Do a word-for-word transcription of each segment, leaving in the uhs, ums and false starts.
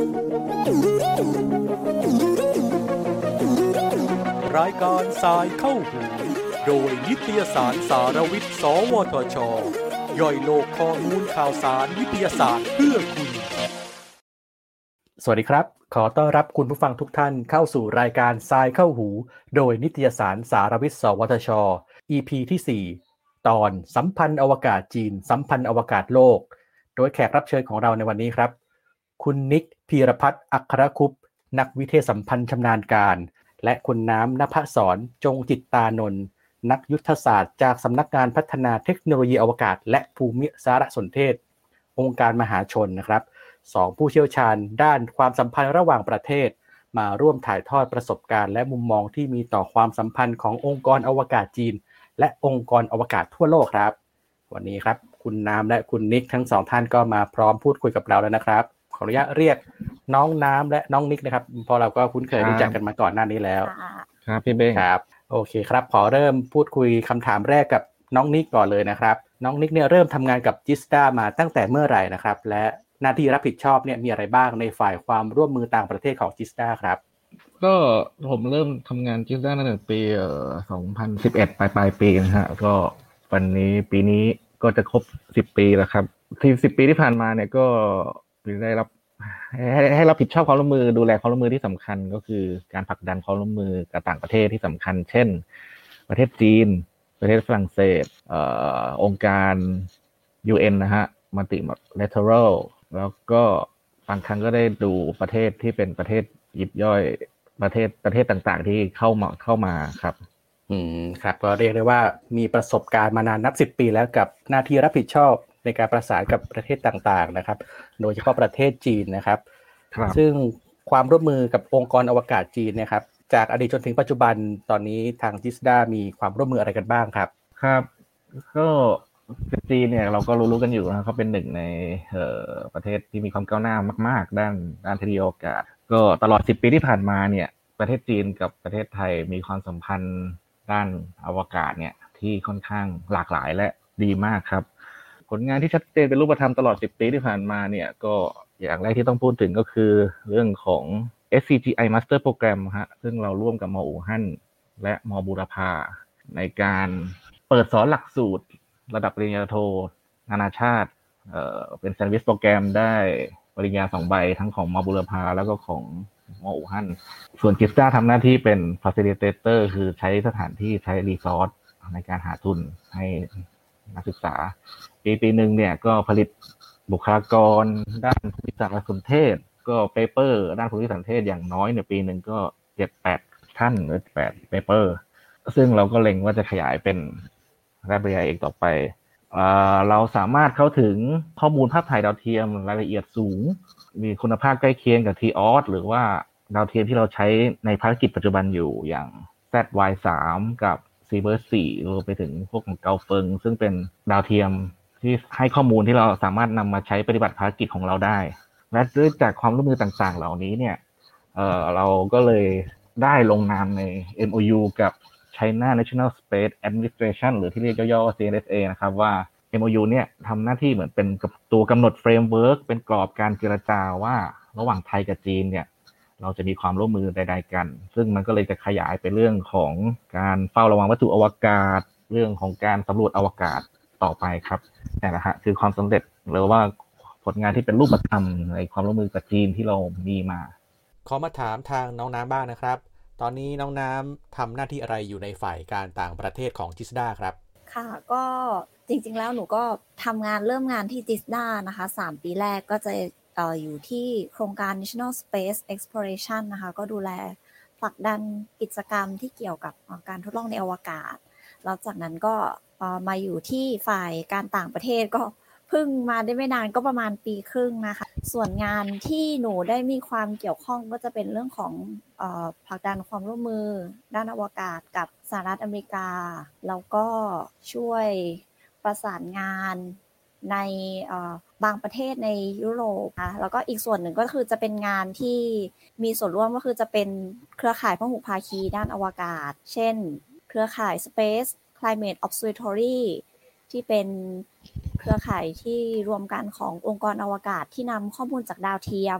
รายการสายเข้าหูโดยนิตยสารสารวิทย์ สวทช.ย่อยโลกข้อมูลข่าวสารวิทยาศาสตร์เพื่อคุณสวัสดีครับขอต้อนรับคุณผู้ฟังทุกท่านเข้าสู่รายการสายเข้าหูโดยนิตยสารสารวิทย์ สวทช. อี พี ที่สี่ตอนสัมพันธ์อวกาศจีนสัมพันธ์อวกาศโลกโดยแขกรับเชิญของเราในวันนี้ครับคุณนิกพีรพัฒน์อัครคุปต์นักวิทยาสัมพันธ์ชำนาญการและคุณน้ำณภศรจงจิตตานนท์นักยุทธศาสตร์จากสำนักงานพัฒนาเทคโนโลยีอวกาศและภูมิสารสนเทศองค์การมหาชนนะครับสองผู้เชี่ยวชาญด้านความสัมพันธ์ระหว่างประเทศมาร่วมถ่ายทอดประสบการณ์และมุมมองที่มีต่อความสัมพันธ์ขององค์กรอวกาศจีนและองค์กรอวกาศทั่วโลกครับวันนี้ครับคุณน้ำและคุณนิกทั้งสองท่านก็มาพร้อมพูดคุยกับเราแล้วนะครับขออนุญาตเรียกน้องน้ำและน้องนิกนะครับเพราะเราก็คุ้นเคยรู้จักกันมาก่อนหน้านี้แล้วครับพี่เบ้งครับโอเคครับขอเริ่มพูดคุยคำถามแรกกับน้องนิกก่อนเลยนะครับน้องนิกเนี่ยเริ่มทำงานกับจิสดามาตั้งแต่เมื่อไหร่นะครับและหน้าที่รับผิดชอบเนี่ยมีอะไรบ้างในฝ่ายความร่วมมือต่างประเทศของจิสดาครับก็ผมเริ่มทำงานจิสดาตั้งแต่ปีเอ่อสองพันสิบเอ็ดปลายปลายปีนะฮะก็วันนี้ปีนี้ก็จะครบสิบปีแล้วครับที่สิบปีที่ผ่านมาเนี่ยก็ได้รับให้ให้รับผิดชอบความร่วมมือดูแลความร่วมมือที่สำคัญก็คือการผลักดันความร่วมมือกับต่างประเทศที่สำคัญเช่นประเทศจีนประเทศฝรั่งเศสเอ่อองค์การ ยู เอ็น นะฮะ Multilateral แล้วก็บางครั้งก็ได้ดูประเทศที่เป็นประเทศยิบย่อยประเทศประเทศต่างๆที่เข้ามาเข้ามาครับอืมครับก็เรียกได้ว่ามีประสบการณ์มานานนับสิบปีแล้วกับหน้าที่รับผิดชอบในการประสานกับประเทศต่างๆนะครับโดยเฉพาะประเทศจีนนะครับซึ่งความร่วมมือกับองค์กรอวกาศจีนเนี่ยครับจากอดีตจนถึงปัจจุบันตอนนี้ทางจิสดามีความร่วมมืออะไรกันบ้างครับครับก็จีนเนี่ยเราก็รู้ๆกันอยู่นะเขาเป็นหนึ่งในเอ่อประเทศที่มีความก้าวหน้ามากๆด้านด้านเทคโนโลยีอวกาศก็ตลอดสิบปีที่ผ่านมาเนี่ยประเทศจีนกับประเทศไทยมีความสัมพันธ์ด้านอวกาศเนี่ยที่ค่อนข้างหลากหลายและดีมากครับผลงานที่ชัดเจนเป็นรูปธรรมตลอดสิบปีที่ผ่านมาเนี่ยก็อย่างแรกที่ต้องพูดถึงก็คือเรื่องของ เอส ซี จี ไอ Master Program ฮะซึ่งเราร่วมกับมออู่ฮั่นและมอบูรพาในการเปิดสอนหลักสูตรระดับปริญญาโทนานาชาติเอ่อเป็นแซนด์วิชโปรแกรมได้ปริญญาสองใบทั้งของมอบูรพาแล้วก็ของมออู่ฮั่นส่วนจิสดาทำหน้าที่เป็น Facilitator คือใช้สถานที่ใช้รีซอสในการหาทุนให้นักศึกษาปีปีหนึ่งเนี่ยก็ผลิตบุคลากรด้านภูมิศาสตร์และสนเทศก็เปเปอร์ด้านภูมิศาสตร์สนเทศอย่างน้อยเนี่ยปีหนึ่งก็ เจ็ดแปด ท่านหรือแปดเปเปอร์ซึ่งเราก็เล็งว่าจะขยายเป็นได้ปริญญาเอกต่อไปเอ่อเราสามารถเข้าถึงข้อมูลภาพถ่ายดาวเทียมรายละเอียดสูงมีคุณภาพใกล้เคียงกับ ที ออส หรือว่าดาวเทียมที่เราใช้ในภารกิจปัจจุบันอยู่อย่าง แซด วาย สาม กับ ซี เบิร์ด สี่รวมไปถึงพวกของเกาเฟิงซึ่งเป็นดาวเทียมที่ให้ข้อมูลที่เราสามารถนำมาใช้ปฏิบัติภารกิจของเราได้และด้วยจากความร่วมมือต่างๆเหล่านี้เนี่ยเอ่อเราก็เลยได้ลงนามใน เอ็ม โอ ยู กับ China National Space Administration หรือที่เรียกย่อๆ ซี เอ็น เอส เอ นะครับว่า เอ็ม โอ ยู เนี่ยทำหน้าที่เหมือนเป็นกับตัวกำหนดเฟรมเวิร์กเป็นกรอบการเจรจาว่าระหว่างไทยกับจีนเนี่ยเราจะมีความร่วมมือใดๆกันซึ่งมันก็เลยจะขยายไปเรื่องของการเฝ้าระวังวัตถุอวกาศเรื่องของการสำรวจอวกาศต่อไปครับนี่แหละฮะคือความสำเร็จหรือว่าผลงานที่เป็นรูปธรรมในความร่วมมือกับจีนที่เรามีมาขอมาถามทางน้องน้ำบ้างนะครับตอนนี้น้องน้ำทำหน้าที่อะไรอยู่ในฝ่ายการต่างประเทศของจิสดาครับค่ะก็จริงๆแล้วหนูก็ทำงานเริ่มงานที่จิสดานะคะสามปีแรกก็จะเอ่ออยู่ที่โครงการ National Space Exploration นะคะก็ดูแลผลักดันกิจกรรมที่เกี่ยวกับการทดลองในอวกาศแล้วจากนั้นก็มาอยู่ที่ฝ่ายการต่างประเทศก็เพิ่งมาได้ไม่นานก็ประมาณปีครึ่งนะคะส่วนงานที่หนูได้มีความเกี่ยวข้องก็จะเป็นเรื่องของเอ่อผลักดันความร่วมมือด้านอวกาศกับสหรัฐอเมริกาแล้วก็ช่วยประสานงานในเอ่อบางประเทศในยุโรปนะแล้วก็อีกส่วนหนึ่งก็คือจะเป็นงานที่มีส่วนร่วมก็คือจะเป็นเครือข่ายพหุภาคีด้านอวกาศเช่นเครือข่าย Space Climate Observatory ที่เป็นเครือข่ายที่รวมกันขององค์กรอวกาศที่นำข้อมูลจากดาวเทียม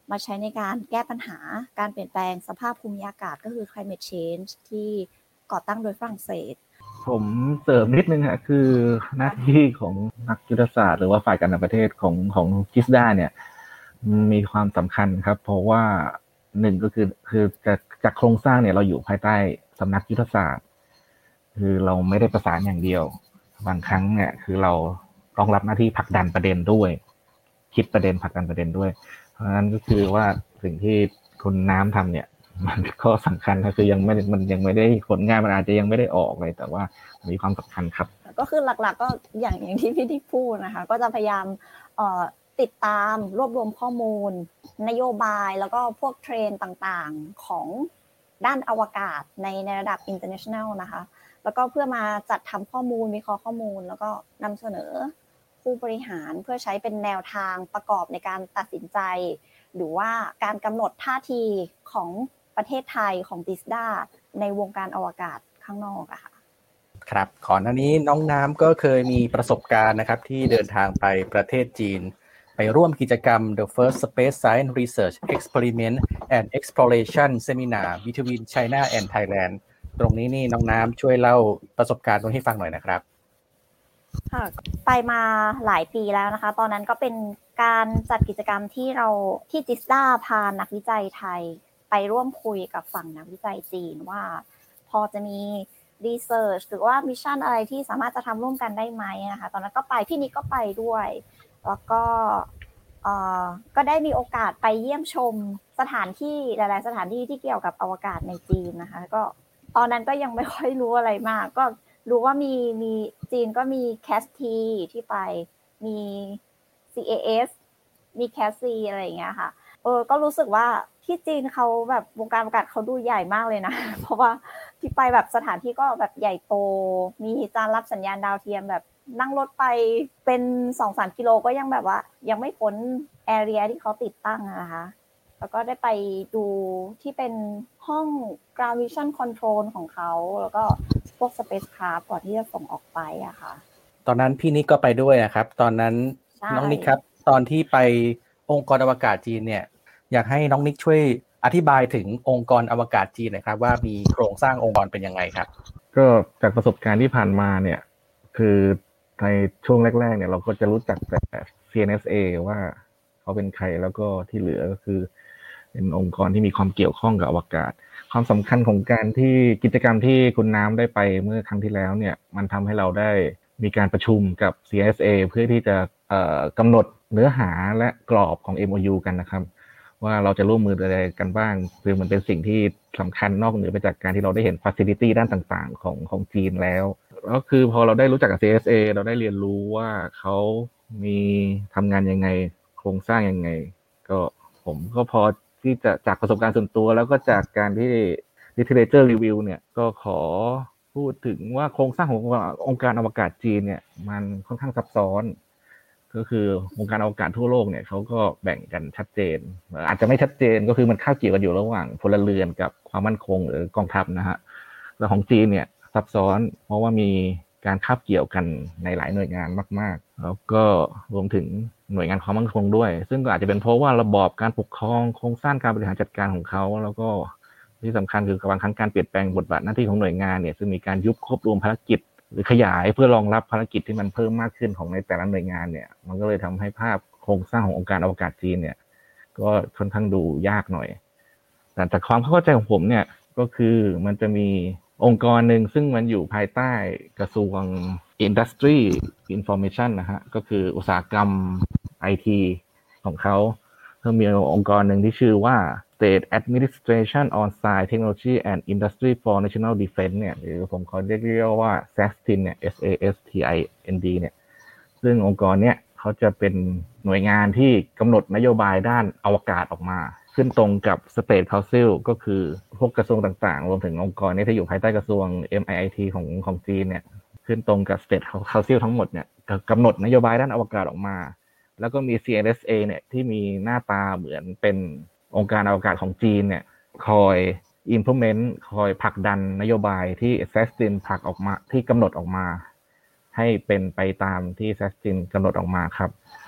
มาใช้ในการแก้ปัญหาการเปลี่ยนแปลงสภาพภูมิอากาศก็คือ climate change ที่ก่อตั้งโดยฝรั่งเศสผมเสริมนิดนึงฮะคือหน้าที่ของนักยุทธศาสตร์หรือว่าฝ่ายการต่างประเทศของของจิสดาเนี่ยมีความสำคัญครับเพราะว่าหนึ่งก็คือคือจากจากโครงสร้างเนี่ยเราอยู่ภายใต้สำนักยุทธศาสตร์คือเราไม่ได้ประสานอย่างเดียวบางครั้งเนี่ยคือเราต้องรับหน้าที่ผลักดันประเด็นด้วยคิดประเด็นผลักดันประเด็นด้วยเพราะฉะนั้นก็คือว่าสิ่งที่คุณน้ำทำเนี่ยมันก็สำคัญก็คือยังไม่มันยังไม่ได้ผลงานมันอาจจะยังไม่ได้ออกเลยแต่ว่ามีความสำคัญครับก็คือหลักๆก็อย่างอย่างที่พี่ที่พูดนะคะก็จะพยายามเอ่อติดตามรวบรวมข้อมูลนโยบายแล้วก็พวกเทรนด์ต่างๆของด้านอวกาศในในระดับ international นะคะแล้วก็เพื่อมาจัดทำข้อมูลวิเคราะห์ข้อมูลแล้วก็นำเสนอผู้บริหารเพื่อใช้เป็นแนวทางประกอบในการตัดสินใจหรือว่าการกำหนดท่าทีของประเทศไทยของจิสดาในวงการอวกาศข้างนอกอะค่ะครับก่อนหน้านี้น้องน้ำก็เคยมีประสบการณ์นะครับที่เดินทางไปประเทศจีนไปร่วมกิจกรรม The First Space Science Research Experiment and Exploration Seminar Between China and Thailand ตรงนี้นี่น้องน้ำช่วยเล่าประสบการณ์ตรงให้ฟังหน่อยนะครับค่ะไปมาหลายปีแล้วนะคะตอนนั้นก็เป็นการจัดกิจกรรมที่เราที่จิสดาพานักวิจัยไทยไปร่วมคุยกับฝั่งนักวิจัยจีนว่าพอจะมีรีเสิร์ชหรือว่ามิชชั่นอะไรที่สามารถจะทำร่วมกันได้ไหมนะคะตอนนั้นก็ไปพี่นิกก็ไปด้วยแล้วก็เอ่อก็ได้มีโอกาสไปเยี่ยมชมสถานที่หลายๆสถานที่ที่เกี่ยวกับอวกาศในจีนนะคะก็ตอนนั้นก็ยังไม่ค่อยรู้อะไรมากก็รู้ว่ามีมีจีนก็มี แคส ที ที่ไปมี ซี เอ เอส มี แคส ซี อะไรอย่างเงี้ยค่ะเออก็รู้สึกว่าที่จีนเขาแบบวงการอวกาศเขาดูใหญ่มากเลยนะเพราะว่าที่ไปแบบสถานที่ก็แบบใหญ่โตมีจานรับสัญญาณดาวเทียมแบบนั่งรถไปเป็น สองถึงสาม กิโลก็ยังแบบว่ายังไม่พ้นแอเรียที่เขาติดตั้งนะคะแล้วก็ได้ไปดูที่เป็นห้อง ground vision control ของเขาแล้วก็พวก spacecraft ก่อนที่จะส่งออกไปอะค่ะตอนนั้นพี่นิกก็ไปด้วยนะครับตอนนั้นน้องนิกครับตอนที่ไปองค์กรอวกาศจีนเนี่ยอยากให้น้องนิกช่วยอธิบายถึงองค์กรอวกาศจีนหน่อยครับว่ามีโครงสร้างองค์กรเป็นยังไงครับก็จากประสบการณ์ที่ผ่านมาเนี่ยคือในช่วงแรกๆเนี่ยเราก็จะรู้จักแต่ ซี เอ็น เอส เอ ว่าเขาเป็นใครแล้วก็ที่เหลือก็คือเป็นองค์กรที่มีความเกี่ยวข้องกับอวกาศความสำคัญของการที่กิจกรรมที่คุณน้ำได้ไปเมื่อครั้งที่แล้วเนี่ยมันทำให้เราได้มีการประชุมกับ ซี เอส เอ เพื่อที่จะเอ่อกำหนดเนื้อหาและกรอบของ เอ็ม โอ ยู กันนะครับว่าเราจะร่วมมืออะไรกันบ้างคือมันเป็นสิ่งที่สำคัญนอกเหนือไปจากการที่เราได้เห็น facility ด้านต่างๆของของจีนแล้วก็คือพอเราได้รู้จักกับ ซี เอส เอ เราได้เรียนรู้ว่าเขามีทำงานยังไงโครงสร้างยังไงก็ผมก็พอที่จะจากประสบการณ์ส่วนตัวแล้วก็จากการที่ literature review เนี่ยก็ขอพูดถึงว่าโครงสร้างขององค์การอวกาศจีนเนี่ยมันค่อนข้างซับซ้อนก็คือองค์การอวกาศทั่วโลกเนี่ยเขาก็แบ่งกันชัดเจนอาจจะไม่ชัดเจนก็คือมันคาบเกี่ยวกันอยู่ระหว่างพลเรือนกับความมั่นคงหรือกองทัพนะฮะแต่ของจีนเนี่ยซับซ้อนเพราะว่ามีการคาบเกี่ยวกันในหลายหน่วยงานมากๆแล้วก็รวมถึงหน่วยงานความมั่นคงด้วยซึ่งก็อาจจะเป็นเพราะว่าระบอบการปกครองโครงสร้างการบริหารจัดการของเขาแล้วก็ที่สำคัญคือบางครั้งการเปลี่ยนแปลงบทบาทหน้าที่ของหน่วยงานเนี่ยซึ่งมีการยุบควบรวมภารกิจหรือขยายเพื่อรองรับภารกิจที่มันเพิ่มมากขึ้นของในแต่ละหน่วยงานเนี่ยมันก็เลยทำให้ภาพโครงสร้างขององค์การอวกาศจีนเนี่ยก็ค่อนข้างดูยากหน่อยแต่จากความเข้าใจของผมเนี่ยก็คือมันจะมีองค์กรหนึ่งซึ่งมันอยู่ภายใต้กระทรวง Industry Information นะฮะก็คืออุตสาหกรรม ไอ ที ของเขาแล้วมีองค์กรหนึ่งที่ชื่อว่า State Administration on Science Technology and Industry for National Defense เนี่ยหรือผมขอเรียกเรียกว่า เอส เอ เอส ที ไอ เอ็น เนี่ย เอส เอ เอส ที ไอ เอ็น ดี เนี่ยซึ่งองค์กรเนี้ยเขาจะเป็นหน่วยงานที่กำหนดนโยบายด้านอวกาศออกมาขึ้นตรงกับ State Council ก็คือพวกกระทรวงต่างๆรวมถึงองค์กรนี้ที่อยู่ภายใต้กระทรวง เอ็ม ไอ ไอ ที ของของจีนเนี่ยขึ้นตรงกับ State Council ทั้งหมดเนี่ยกำหนดนโยบายด้านอวกาศออกมาแล้วก็มี ซี เอ็น เอส เอ เนี่ยที่มีหน้าตาเหมือนเป็นองค์การอวกาศของจีนเนี่ยคอย implement คอยผลักดันนโยบายที่ เอส เอส ที ไอ เอ็น ผลักออกมาที่กำหนดออกมาให้เป็นไปตามที่ เอส เอส ที ไอ เอ็น กำหนดออกมาครับ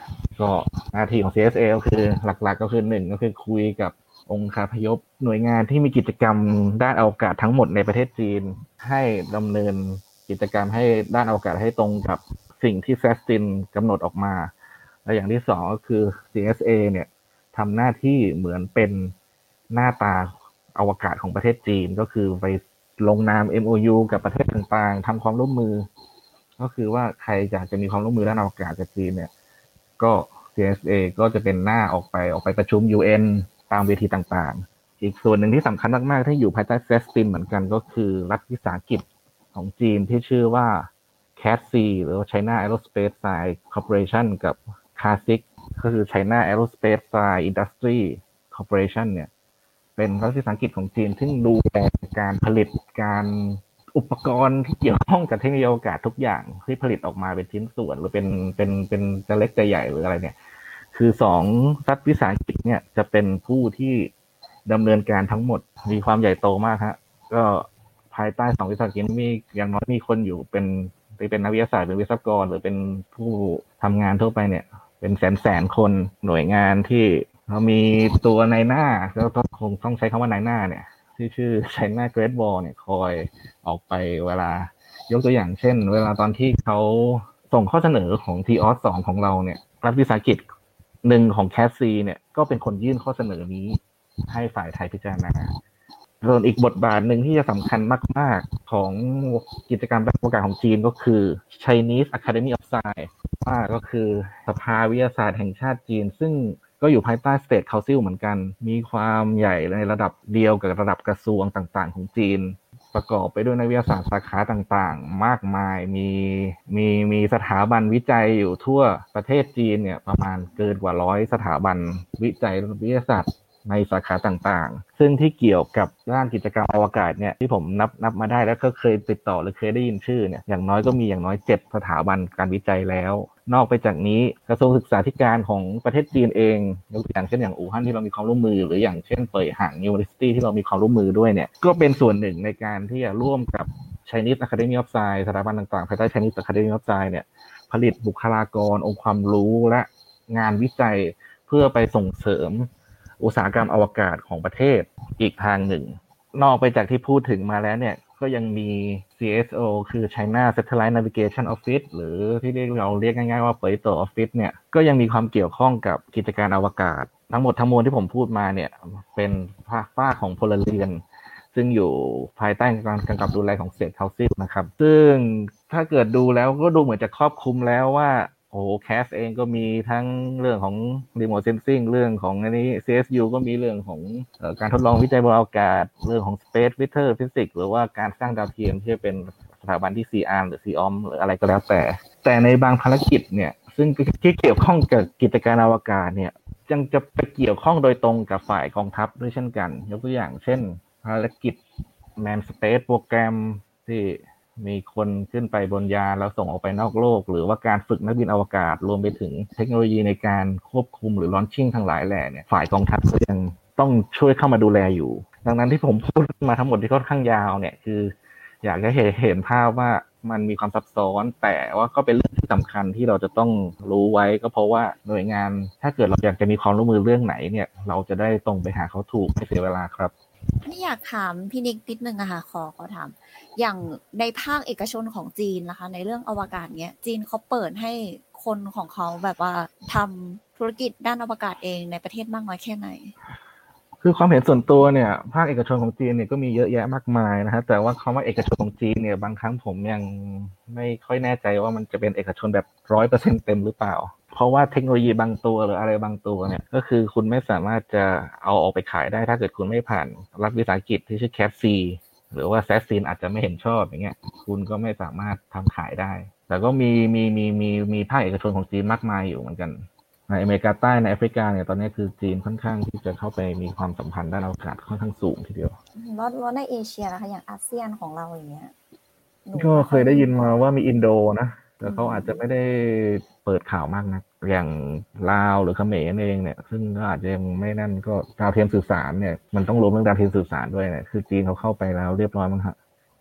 ก็หน้าที่ของ ซี เอส เอ ก็คือหลักๆก็คือหนึ่งก็คือคุยกับองค์คาพยพหน่วยงานที่มีกิจกรรมด้านอวกาศทั้งหมดในประเทศจีนให้ดำเนินกิจกรรมให้ด้านอวกาศให้ตรงกับสิ่งที่แซสตินกำหนดออกมาและอย่างที่สองก็คือ ซี เอส เอ เนี่ยทำหน้าที่เหมือนเป็นหน้าตาอวกาศของประเทศจีนก็คือไปลงนาม เอ็ม โอ ยู กับประเทศต่างๆทำความร่วมมือก็คือว่าใครอยากจะมีความร่วมมือด้านอวกาศกับจีนเนี่ยก็ ซี เอส เอ ก็จะเป็นหน้าออกไปออกไปประชุม ยู เอ็น ตามเวทีต่างๆอีกส่วนหนึ่งที่สำคัญมากๆที่อยู่ภายใต้เซสตินเหมือนกันก็คือรัฐวิสาหกิจของจีนที่ชื่อว่า แคท ซี หรือว่า China Aerospace Science Corporation กับ คาซิก ก็คือ China Aerospace Science Industry Corporation เนี่ยเป็นรัฐวิสาหกิจของจีนซึ่งดูแลการผลิตการอุปกรณ์ที่เกี่ยวข้องกับเทคโนโลยีอวกาศทุกอย่างที่ผลิตออกมาเป็นชิ้นส่วนหรือเป็นเป็นเป็นจะเล็กจะใหญ่หรืออะไรเนี่ยคือสองรัฐวิสาหกิจเนี่ยจะเป็นผู้ที่ดำเนินการทั้งหมดมีความใหญ่โตมากฮะก็ภายใต้สองวิสาหกิจมีอย่างน้อยมีคนอยู่เป็นเป็นนักวิทยาศาสตร์เป็นวิศวกรหรือเป็นผู้ทำงานทั่วไปเนี่ยเป็นแสนแสนคนหน่วยงานที่เรามีตัวในหน้าแล้วก็คงต้องใช้คำว่าในหน้าเนี่ยที่ชื่อ China Great Wall เนี่ยคอยออกไปเวลายกตัวอย่างเช่นเวลาตอนที่เขาส่งข้อเสนอของ ที ออส สองของเราเนี่ยรัฐวิสาหกิจหนึ่งของ แคท ซี เนี่ยก็เป็นคนยื่นข้อเสนอนี้ให้ฝ่ายไทยพิจารณาส่วนอีกบทบาทหนึ่งที่จะสำคัญมากๆของกิจกรรมด้านอวกาศของจีนก็คือ Chinese Academy of Science ว่าก็คือสภาวิทยาศาสตร์แห่งชาติจีนซึ่งก็อยู่ภายใต้ State Council เหมือนกันมีความใหญ่ในระดับเดียวกับระดับกระทรวงต่างๆของจีนประกอบไปด้วยนักวิทยาศาสตร์สาขาต่างๆมากมายมีมีมีสถาบันวิจัยอยู่ทั่วประเทศจีนเนี่ยประมาณเกินกว่าร้อยสถาบันวิจัยวิทยาศาสตร์ในสาขาต่างๆซึ่งที่เกี่ยวกับด้านกิจกรรมอวกาศเนี่ยที่ผมนับนับมาได้แล้วก็เคยติดต่อหรือเคยได้ยินชื่อเนี่ยอย่างน้อยก็มีอย่างน้อยเจ็ดสถาบันการวิจัยแล้วนอกไปจากนี้กระทรวงศึกษาธิการของประเทศจีนเองยกตัวอย่างเช่นอย่างอู่ฮั่นที่เรามีความร่วมมือหรืออย่างเช่นเป่ยหาง University ที่เรามีความร่วมมือด้วยเนี่ยก็เป็นส่วนหนึ่งในการที่จะร่วมกับ Chinese Academy of Science สถาบันต่างๆภายใต้ Chinese Academy of Science เนี่ยผลิตบุคลากรองค์ความรู้และงานวิจัยเพื่อไปส่งเสริมอุตสาหกรรมอวกาศของประเทศอีกทางหนึ่งนอกไปจากที่พูดถึงมาแล้วเนี่ยก็ยังมี ซี เอส โอ คือ China Satellite Navigation Office หรือที่เรียกเราเรียกง่ายๆว่าเป่ยโต Office เนี่ยก็ยังมีความเกี่ยวข้องกับกิจการอวกาศทั้งหมดทั้งมวลที่ผมพูดมาเนี่ยเป็นภาคฝ้าของพลเรือนซึ่งอยู่ภายใต้การกำกับดูแลของ State Council นะครับซึ่งถ้าเกิดดูแล้วก็ดูเหมือนจะครอบคลุมแล้วว่าโอ้แคสเองก็มีทั้งเรื่องของ Remote Sensing เรื่องของอันนี้ ซี เอส ยู ก็มีเรื่องของเอ่อการทดลองวิจัยบนอวกาศเรื่องของ Space Weather Physics หรือว่าการสร้างดาวเทียมที่เป็นสถาบันที่ ซี อาร์ หรือ ซี ออม หรืออะไรก็แล้วแต่แต่ในบางภารกิจเนี่ยซึ่งที่เกี่ยวข้องกับกิจการอวกาศเนี่ยยังจะไปเกี่ยวข้องโดยตรงกับฝ่ายกองทัพด้วยเช่นกันยกตัวอย่างเช่นภารกิจ Man Space โปรแกรมที่มีคนขึ้นไปบนยานแล้วส่งออกไปนอกโลกหรือว่าการฝึกนักบินอวกาศรวมไปถึงเทคโนโลยีในการควบคุมหรือลอนชิ่งทั้งหลายแหล่เนี่ยฝ่ายกองทัพก็ยังต้องช่วยเข้ามาดูแลอยู่ดังนั้นที่ผมพูดมาทั้งหมดที่ค่อนข้างยาวเนี่ยคืออยากจะเห็นเห็นภาพว่ามันมีความซับซ้อนแต่ว่าก็เป็นเรื่องที่สำคัญที่เราจะต้องรู้ไว้ก็เพราะว่าหน่วยงานถ้าเกิดเราอยากจะมีความร่วมมือเรื่องไหนเนี่ยเราจะได้ตรงไปหาเขาถูกไม่เสียเวลาครับนี่อยากถามพี่นิกนิดนึงอะค่ะขอขอถามอย่างในภาคเอกชนของจีนนะคะในเรื่องอวกาศเนี้ยจีนเขาเปิดให้คนของเขาแบบว่าทำธุรกิจด้านอวกาศเองในประเทศมากน้อยแค่ไหนคือความเห็นส่วนตัวเนี่ยภาคเอกชนของจีนเนี่ยก็มีเยอะแยะมากมายนะฮะแต่ว่าคำว่าเอกชนของจีนเนี่ยบางครั้งผมยังไม่ค่อยแน่ใจว่ามันจะเป็นเอกชนแบบ ร้อยเปอร์เซ็นต์ เต็มหรือเปล่าเพราะว่าเทคโนโลยีบางตัวหรืออะไรบางตัวเนี่ยก็คือคุณไม่สามารถจะเอาออกไปขายได้ถ้าเกิดคุณไม่ผ่านรัฐวิสาหกิจที่ชื่อ แคท ซี หรือว่า แซส ซี อาจจะไม่เห็นชอบอย่างเงี้ยคุณก็ไม่สามารถทำขายได้แต่ก็มีมีมีมีมีภาคเอกชนของจีนมากมายอยู่เหมือนกันในอเมริกาใต้ในแอฟริกาเนี่ยตอนนี้คือจีนค่อนข้างที่จะเข้าไปมีความสัมพันธ์ด้านอวกาศค่อนข้างสูงทีเดียวแล้วแล้วในเอเชียนะคะอย่างอาเซียนของเราอย่างเงี้ยก็เคยได้ยินมาว่ามีอินโดนะแต่เขาอาจจะไม่ได้เปิดข่าวมากนักอย่างลาวหรือเขมรเองเนี่ยซึ่งก็อาจจะยังไม่นั่นก็ดาวเทียมสื่อสารเนี่ยมันต้องรวมเรื่องดาวเทียมสื่อสารด้วยเนี่ยคือจีนเขาเข้าไปแล้วเรียบร้อยมั้งฮะ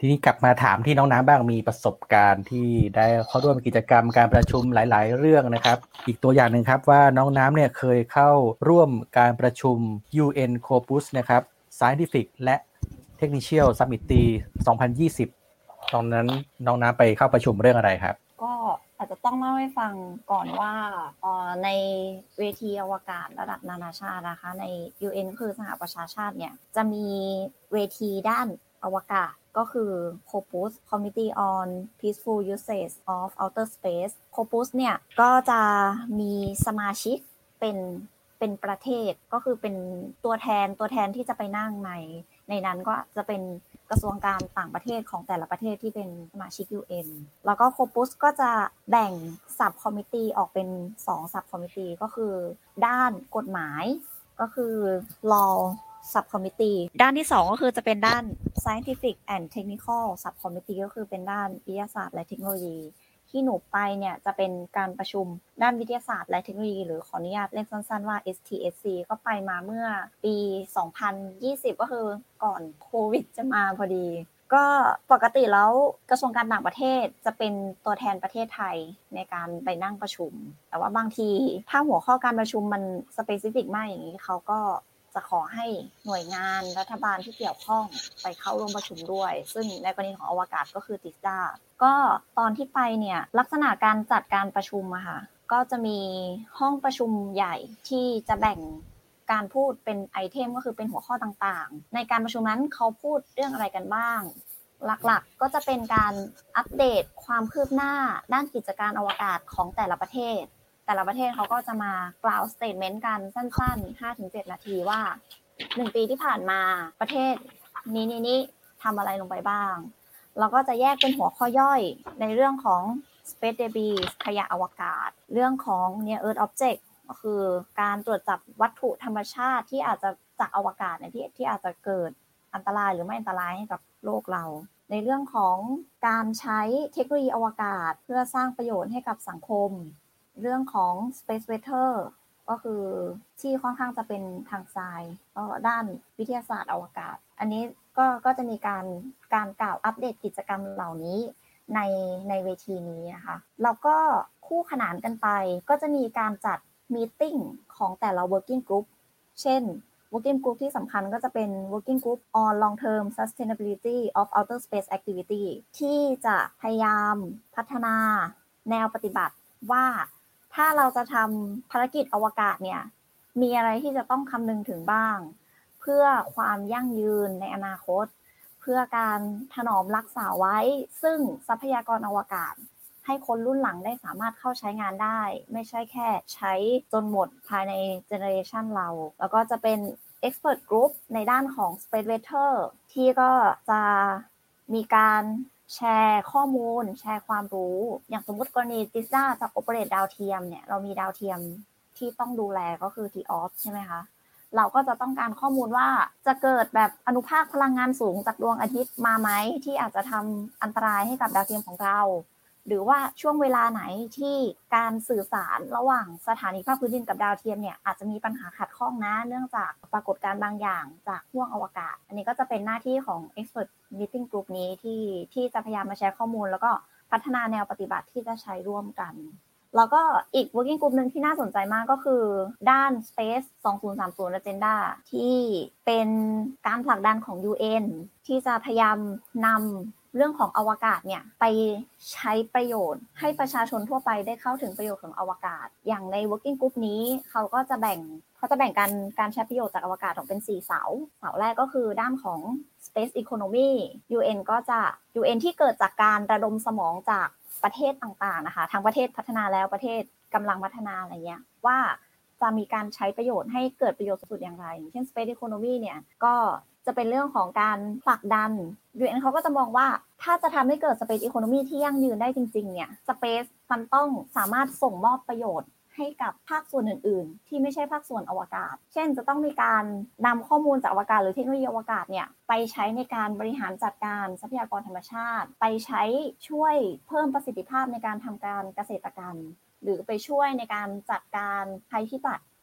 ทีนี้กลับมาถามที่น้องน้ำบ้างมีประสบการณ์ที่ได้เข้าร่วมกิจกรรมการประชุมหลายๆเรื่องนะครับอีกตัวอย่างหนึ่งครับว่าน้องน้ำเนี่ยเคยเข้าร่วมการประชุม ยู เอ็น Corpus นะครับ Scientific และ Technical Summit สองพันยี่สิบตอนนั้นน้องน้ำไปเข้าประชุมเรื่องอะไรครับก็อาจจะต้องเล่าให้ฟังก่อนว่าในเวทีอวกาศระดับนานาชาตินะคะใน ยู เอ็น คือสหประชาชาติเนี่ยจะมีเวทีด้านอวกาศก็คือ Corpus Committee on Peaceful Usage of Outer Space Corpus เนี่ยก็จะมีสมาชิกเป็นเป็นประเทศก็คือเป็นตัวแทนตัวแทนที่จะไปนั่งในในนั้นก็จะเป็นกระทรวงการต่างประเทศของแต่ละประเทศที่เป็นสมาชิก ยู เอ็น แล้วก็ Corpus ก็จะแบ่ง Sub Committee ออกเป็นสอง Sub Committee ก็คือด้านกฎหมายก็คือ Law Sub Committee ด้านที่สองก็คือจะเป็นด้าน Scientific and Technical Sub Committee ก็คือเป็นด้านวิทยาศาสตร์และเทคโนโลยีที่หนูไปเนี่ยจะเป็นการประชุมด้านวิทยาศาสตร์และเทคโนโลยีหรือขออนุญาตเรียกสั้นๆว่า เอส ที เอส ซี ก็ไปมาเมื่อปีสองพันยี่สิบก็คือก่อนโควิดจะมาพอดีก็ปกติแล้วกระทรวงการต่างประเทศจะเป็นตัวแทนประเทศไทยในการไปนั่งประชุมแต่ว่าบางทีถ้าหัวข้อการประชุมมันสเปซิฟิกมากอย่างนี้เขาก็จะขอให้หน่วยงานรัฐบาลที่เกี่ยวข้องไปเข้าร่วมประชุมด้วยซึ่งในกรณีของอวกาศก็คือ ที ไอ เอส ดี เอ ก็ตอนที่ไปเนี่ยลักษณะการจัดการประชุมอะค่ะก็จะมีห้องประชุมใหญ่ที่จะแบ่งการพูดเป็นไอเทมก็คือเป็นหัวข้อต่างๆในการประชุมนั้นเขาพูดเรื่องอะไรกันบ้างหลักๆก็จะเป็นการอัปเดตความคืบหน้าด้านกิจการอวกาศของแต่ละประเทศแต่ละประเทศเขาก็จะมากล่าวสเตทเมนต์กันสั้นๆ ห้าถึงเจ็ด นาทีว่าหนึ่งปีที่ผ่านมาประเทศนี้นี้ทำอะไรลงไปบ้างเราก็จะแยกเป็นหัวข้อย่อยในเรื่องของ Space Debris ขยะอวกาศเรื่องของ Near Earth Object ก็คือการตรวจจับวัตถุธรรมชาติที่อาจจะจากอวกาศเนี่ยที่ที่อาจจะเกิดอันตรายหรือไม่อันตรายให้กับโลกเราในเรื่องของการใช้เทคโนโลยีอวกาศเพื่อสร้างประโยชน์ให้กับสังคมเรื่องของ Space Weather ก็คือที่ค่อนข้างจะเป็นทางทรายก็ด้านวิทยาศาสตร์อวกาศอันนี้ก็ก็จะมีการการกล่าวอัปเดตกิจกรรมเหล่านี้ในในเวทีนี้นะคะแล้วก็คู่ขนานกันไปก็จะมีการจัดมีตติ้งของแต่ละ working group เช่น working group ที่สำคัญก็จะเป็น working group on long term sustainability of outer space activity ที่จะพยายามพัฒนาแนวปฏิบัติว่าถ้าเราจะทำภารกิจอวกาศเนี่ยมีอะไรที่จะต้องคำนึงถึงบ้างเพื่อความยั่งยืนในอนาคตเพื่อการถนอมรักษาไว้ซึ่งทรัพยากรอวกาศให้คนรุ่นหลังได้สามารถเข้าใช้งานได้ไม่ใช่แค่ใช้จนหมดภายในเจเนอเรชันเราแล้วก็จะเป็น expert group ในด้านของ Space Weather ที่ก็จะมีการแชร์ข้อมูลแชร์ความรู้อย่างสมมุติกรณี ที ไอ เอส ดี เอ จะ operate ดาวเทียมเนี่ยเรามีดาวเทียมที่ต้องดูแลก็คือ ที ออฟ ใช่ไหมคะเราก็จะต้องการข้อมูลว่าจะเกิดแบบอนุภาคพลังงานสูงจากดวงอาทิตย์มาไหมที่อาจจะทำอันตรายให้กับดาวเทียมของเราหรือว่าช่วงเวลาไหนที่การสื่อสารระหว่างสถานีภาคพื้นดินกับดาวเทียมเนี่ยอาจจะมีปัญหาขัดข้องนะเนื่องจากปรากฏการณ์บางอย่างจากห้วงอวกาศอันนี้ก็จะเป็นหน้าที่ของ Expert Meeting Group นี้ที่ที่จะพยายามมาแชร์ข้อมูลแล้วก็พัฒนาแนวปฏิบัติที่จะใช้ร่วมกันแล้วก็อีก working group นึงที่น่าสนใจมากก็คือด้าน Space สองพันสามสิบ Agenda ที่เป็นการผลักดันของ ยู เอ็น ที่จะพยายามนำเรื่องของอวกาศเนี่ยไปใช้ประโยชน์ให้ประชาชนทั่วไปได้เข้าถึงประโยชน์ของอวกาศอย่างใน working group นี้เขาก็จะแบ่งเขาจะแบ่งการการใช้ประโยชน์จากอวกาศออกเป็นสี่เสาเสาแรกก็คือด้านของ Space Economy ยู เอ็น ก็จะ ยู เอ็น ที่เกิดจากการระดมสมองจากประเทศต่างๆนะคะทางประเทศพัฒนาแล้วประเทศกำลังพัฒนาอะไรเงี้ยว่าจะมีการใช้ประโยชน์ให้เกิดประโยชน์สุดอย่างไรเช่น Space Economy เนี่ยก็จะเป็นเรื่องของการผลักดัน ยู เอ็น เขาก็จะมองว่าถ้าจะทำให้เกิด Space Economy ที่ยั่งยืนได้จริงๆเนี่ย Space มันต้องสามารถส่งมอบประโยชน์ให้กับภาคส่วนอื่นๆที่ไม่ใช่ภาคส่วนอวกาศเช่นจะต้องมีการนำข้อมูลจากอวกาศหรือเทคโนโลยีอวกาศเนี่ยไปใช้ในการบริหารจัดการทรัพยากรธรรมชาติไปใช้ช่วยเพิ่มประสิทธิภาพในการทำการเกษตรกรรมหรือไปช่วยในการจัดการภัยพิบัติ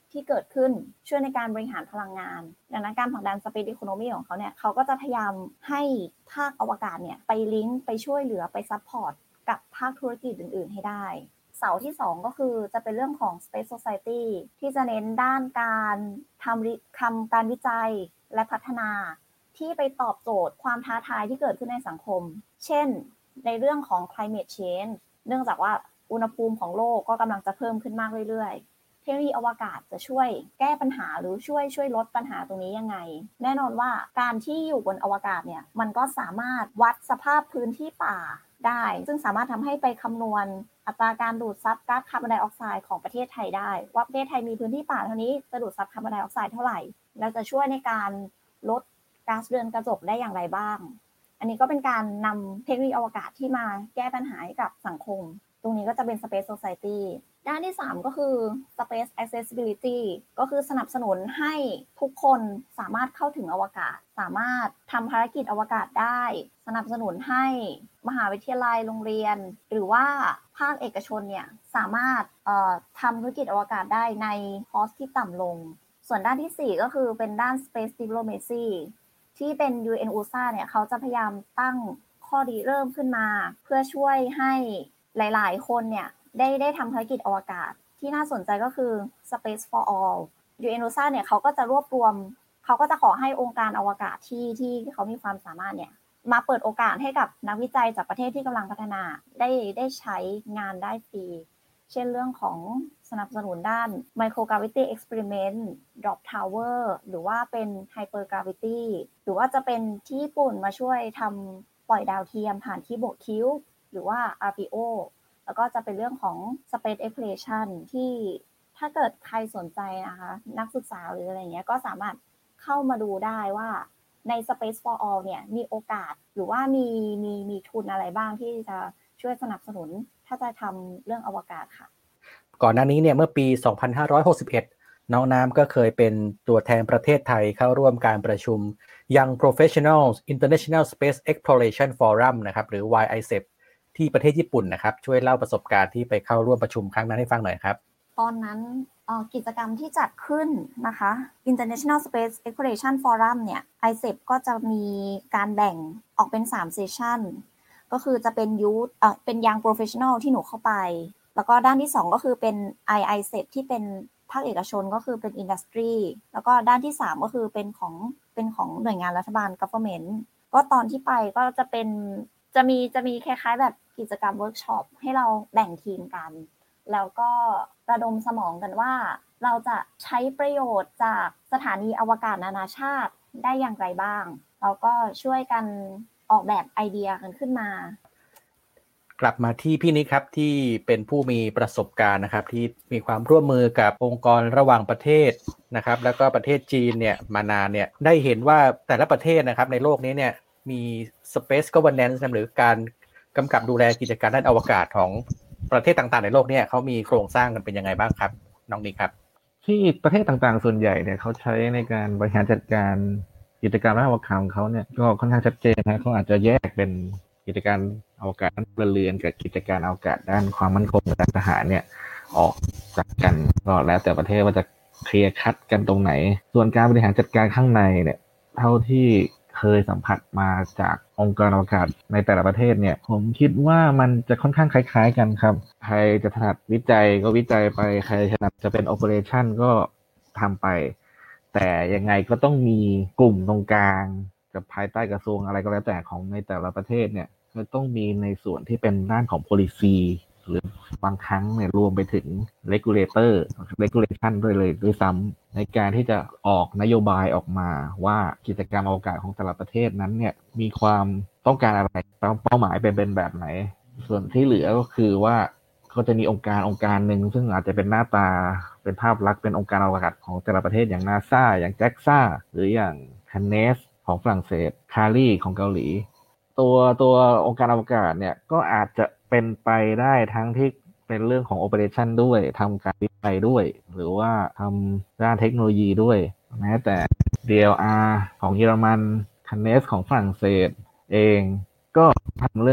ที่เกิดขึ้นช่วยในการบริหารพลังงานดังนั้นการผลักดัน Space Economy ของเขาเนี่ยเขาก็จะพยายามให้ภาคอวกาศเนี่ยไปลิงก์ไปช่วยเหลือไปซัพพอร์ตกับภาคธุรกิจอื่นๆให้ได้เสาที่สองก็คือจะเป็นเรื่องของ Space Society ที่จะเน้นด้านการทำทำการวิจัยและพัฒนาที่ไปตอบโจทย์ความท้าทายที่เกิดขึ้นในสังคมเช่นในเรื่องของ climate change เนื่องจากว่าอุณหภูมิของโลกก็กำลังจะเพิ่มขึ้นมากเรื่อยๆเทคโนโลยีอวกาศจะช่วยแก้ปัญหาหรือช่วยช่วยลดปัญหาตรงนี้ยังไงแน่นอนว่าการที่อยู่บนอวกาศเนี่ยมันก็สามารถวัดสภาพพื้นที่ป่าได้ซึ่งสามารถทำให้ไปคำนวณอัตราการดูดซับก๊าซคาร์บอนไดออกไซด์ของประเทศไทยได้ว่าประเทศไทยมีพื้นที่ป่าเท่านี้จะดูดซับคาร์บอนไดออกไซด์เท่าไหร่แล้วจะช่วยในการลดก๊าซเรือนกระจกได้อย่างไรบ้างอันนี้ก็เป็นการนำเทคโนโลยีอวกาศที่มาแก้ปัญหาให้กับสังคมตรงนี้ก็จะเป็น Space Society ด้านที่สามก็คือ Space Accessibility ก็คือสนับสนุนให้ทุกคนสามารถเข้าถึงอวกาศสามารถทำภารกิจอวกาศได้สนับสนุนให้มหาวิทยาลัยโรงเรียนหรือว่าภาคเอกชนเนี่ยสามารถเอ่อทำธุรกิจอวกาศได้ในคอสที่ต่ำลงส่วนด้านที่สี่ก็คือเป็นด้าน Space Diplomacy ที่เป็น ยู เอ็น อู เอส เอ เนี่ยเขาจะพยายามตั้งข้อริเริ่มขึ้นมาเพื่อช่วยให้หลายๆคนเนี่ยได้ได้ทำภารกิจอวกาศที่น่าสนใจก็คือ Space for All ยู เอ็น อู เอส เอ เนี่ยเขาก็จะรวบรวมเขาก็จะขอให้องค์การอวกาศที่ที่เขามีความสามารถเนี่ยมาเปิดโอกาสให้กับนักวิจัยจากประเทศที่กำลังพัฒนาได้ได้ใช้งานได้ฟรีเช่นเรื่องของสนับสนุนด้าน Microgravity Experiment Drop Tower หรือว่าเป็น Hypergravity หรือว่าจะเป็นที่ญี่ปุ่นมาช่วยทำปล่อยดาวเทียมผ่านที่โบคิวหรือว่า อาร์ พี โอ แล้วก็จะเป็นเรื่องของ Space Exploration ที่ถ้าเกิดใครสนใจนะคะนักศึกษาหรืออะไรเงี้ยก็สามารถเข้ามาดูได้ว่าใน Space for All เนี่ยมีโอกาสหรือว่ามีมีมีทุนอะไรบ้างที่จะช่วยสนับสนุนถ้าจะทำเรื่องอวกาศค่ะก่อนหน้านี้เนี่ยเมื่อปีสองพันห้าร้อยหกสิบเอ็ดน้องน้ำก็เคยเป็นตัวแทนประเทศไทยเข้าร่วมการประชุม Young Professionals International Space Exploration Forum นะครับหรือ วาย ไอ เซ อี พี ที่ประเทศญี่ปุ่นนะครับช่วยเล่าประสบการณ์ที่ไปเข้าร่วมประชุมครั้งนั้นให้ฟังหน่อยครับตอนนั้นกิจกรรมที่จัดขึ้นนะคะ International Space Exploration Forum เนี่ย ไอ เซ อี พี ก็จะมีการแบ่งออกเป็นสามเซสชั่นก็คือจะเป็น Youth เอ่อเป็น Young Professional ที่หนูเข้าไปแล้วก็ด้านที่สองก็คือเป็น ไอ ไอ เซ อี พี ที่เป็นภาคเอกชนก็คือเป็น Industry แล้วก็ด้านที่สามก็คือเป็นของเป็นของหน่วยงานรัฐบาล Government ก็ตอนที่ไปก็จะเป็นจะมีจะมีคล้ายๆแบบกิจกรรมเวิร์กช็อปให้เราแบ่งทีมกันแล้วก็ระดมสมองกันว่าเราจะใช้ประโยชน์จากสถานีอวกาศนานาชาติได้อย่างไรบ้างแล้วก็ช่วยกันออกแบบไอเดียกันขึ้นมากลับมาที่พี่นิกครับที่เป็นผู้มีประสบการณ์นะครับที่มีความร่วมมือกับองค์กรระหว่างประเทศนะครับแล้วก็ประเทศจีนเนี่ยมานานเนี่ยได้เห็นว่าแต่ละประเทศนะครับในโลกนี้เนี่ยมี Space Governance หรือการกำกับดูแลกิจการด้านอวกาศของประเทศต่างๆในโลกเนี่ยเขามีโครงสร้างกันเป็นยังไงบ้างครับน้องนิกครับที่ประเทศต่างๆส่วนใหญ่เนี่ยเขาใช้ในการบริหารจัดการกิจการด้านอวกาศของเขาเนี่ยก็ค่อนข้างชัดเจนนะเขาอาจจะแยกเป็นกิจการอวกาศด้านพลเรือนกับกิจการอวกาศด้านความมั่นคงด้านทหารเนี่ยออกจากกันก็แล้วแต่ประเทศว่าจะเคลียร์คัดกันตรงไหนส่วนการบริหารจัดการข้างในเนี่ยเท่าที่เคยสัมผัสมาจากองค์การอวกาศในแต่ละประเทศเนี่ยผมคิดว่ามันจะค่อนข้างคล้ายๆกันครับใครจะถนัดวิจัยก็วิจัยไปใครถนัดจะเป็น operation ก็ทำไปแต่ยังไงก็ต้องมีกลุ่มตรงกลางกับภายใต้กระทรวงอะไรก็แล้วแต่ของในแต่ละประเทศเนี่ยก็ต้องมีในส่วนที่เป็นด้านของ policy หรือบางครั้งเนี่ยรวมไปถึง regulator regulation ด้วยเลยด้วยซ้ำในการที่จะออกนโยบายออกมาว่ากิจกรรมอวกาศของแต่ละประเทศนั้นเนี่ยมีความต้องการอะไรเป้าหมายเป็นเป็นแบบไหนส่วนที่เหลือก็คือว่าก็จะมีองค์การองค์การหนึ่งซึ่งอาจจะเป็นหน้าตาเป็นภาพลักษณ์เป็นองค์การอวกาศของแต่ละประเทศอย่าง NASA อย่าง แจ็กซ่า หรืออย่าง คันเนส ของฝรั่งเศส คารีของเกาหลีตัวตัวองค์การอวกาศเนี่ยก็อาจจะเป็นไปได้ทั้งที่เป็นเรื่องของ operation ด้วยทำการวิจัยด้วยหรือว่าทำด้านเทคโนโลยีด้วยแม้แต่ ดี แอล อาร์ ของเยอรมัน คันเนส ของฝรั่งเศสเองก็ทำเรื่อง